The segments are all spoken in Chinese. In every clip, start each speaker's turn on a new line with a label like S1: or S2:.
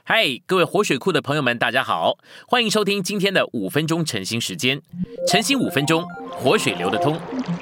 S1: 嗨，各位活水库的朋友们，大家好，欢迎收听今天的5分钟晨兴时间。晨兴5分钟，活水流得通。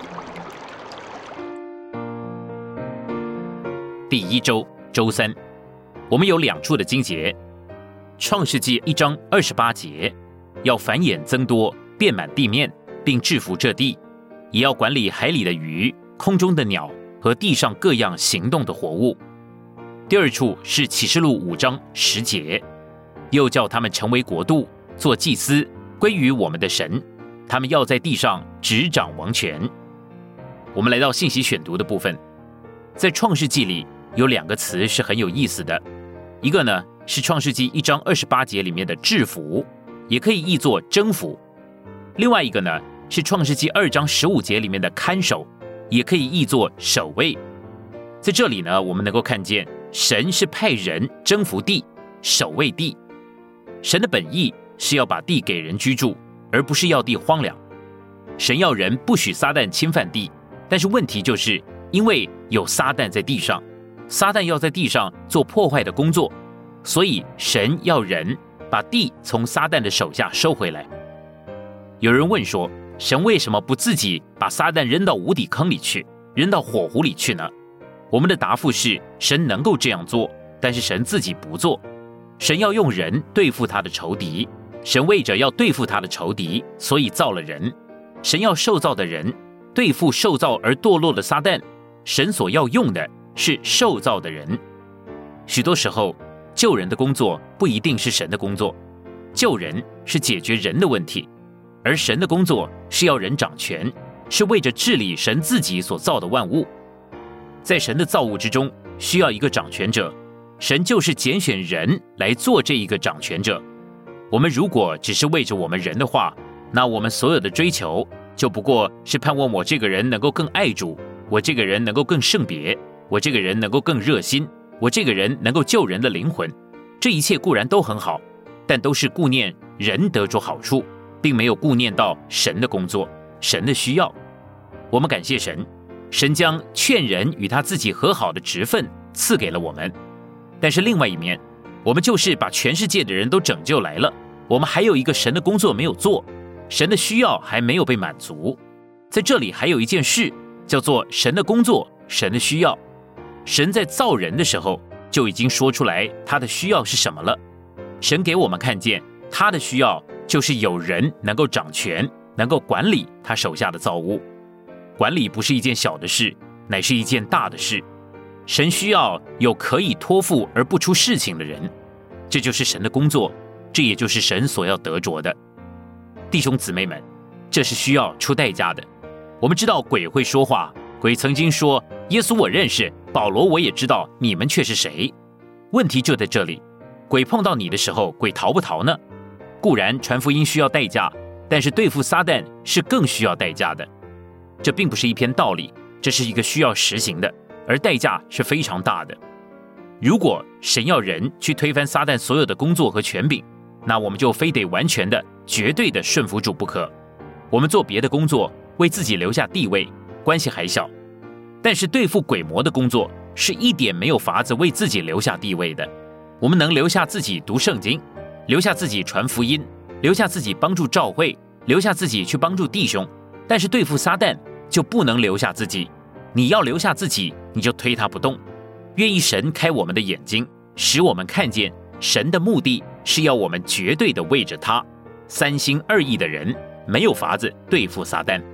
S1: 第1周周3，我们有2处的经节。创世纪1章28节，要繁衍增多，遍满地面，并制服这地，也要管理海里的鱼、空中的鸟和地上各样行动的活物。第2处是启示录5章10节，又叫他们成为国度，做祭司，归于我们的神，他们要在地上执掌王权。我们来到信息选读的部分，在创世纪里有2个词是很有意思的，一个呢是创世纪1章28节里面的制服，也可以译作征服；另外一个呢是创世纪2章15节里面的看守，也可以译作守卫。在这里呢，我们能够看见神是派人征服地，守卫地。神的本意是要把地给人居住，而不是要地荒凉。神要人不许撒旦侵犯地，但是问题就是因为有撒旦在地上，撒旦要在地上做破坏的工作，所以神要人把地从撒旦的手下收回来。有人问说，神为什么不自己把撒旦扔到无底坑里去，扔到火湖里去呢？我们的答复是，神能够这样做，但是神自己不做。神要用人对付他的仇敌，神为着要对付他的仇敌，所以造了人。神要受造的人对付受造而堕落的撒旦，神所要用的是受造的人。许多时候，救人的工作不一定是神的工作，救人是解决人的问题，而神的工作是要人掌权，是为着治理神自己所造的万物。在神的造物之中，需要一个掌权者，神就是拣选人来做这一个掌权者。我们如果只是为着我们人的话，那我们所有的追求就不过是盼望我这个人能够更爱主，我这个人能够更圣别，我这个人能够更热心，我这个人能够救人的灵魂。这一切固然都很好，但都是顾念人得着好处，并没有顾念到神的工作，神的需要。我们感谢神，神将劝人与他自己和好的职分赐给了我们。但是另外一面，我们就是把全世界的人都拯救来了，我们还有一个神的工作没有做，神的需要还没有被满足。在这里还有一件事，叫做神的工作，神的需要。神在造人的时候就已经说出来他的需要是什么了。神给我们看见他的需要就是有人能够掌权，能够管理他手下的造物。管理不是一件小的事，乃是一件大的事。神需要有可以托付而不出事情的人，这就是神的工作，这也就是神所要得着的。弟兄姊妹们，这是需要出代价的。我们知道鬼会说话，鬼曾经说，耶稣我认识，保罗我也知道，你们却是谁？问题就在这里，鬼碰到你的时候，鬼逃不逃呢？固然传福音需要代价，但是对付撒旦是更需要代价的。这并不是一篇道理，这是一个需要实行的，而代价是非常大的。如果神要人去推翻撒旦所有的工作和权柄，那我们就非得完全的、绝对的顺服主不可。我们做别的工作，为自己留下地位，关系还小；但是对付鬼魔的工作，是一点没有法子为自己留下地位的。我们能留下自己读圣经，留下自己传福音，留下自己帮助教会，留下自己去帮助弟兄，但是对付撒旦就不能留下自己。你要留下自己，你就推他不动。愿意神开我们的眼睛，使我们看见神的目的是要我们绝对的为着他。3心2意的人没有法子对付撒旦。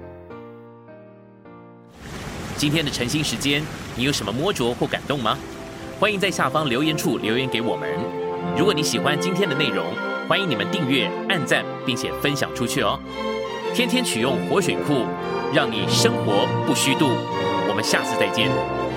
S1: 今天的晨兴时间，你有什么摸着或感动吗？欢迎在下方留言处留言给我们。如果你喜欢今天的内容，欢迎你们订阅、按赞，并且分享出去哦。天天取用活水库，让你生活不虚度。我们下次再见。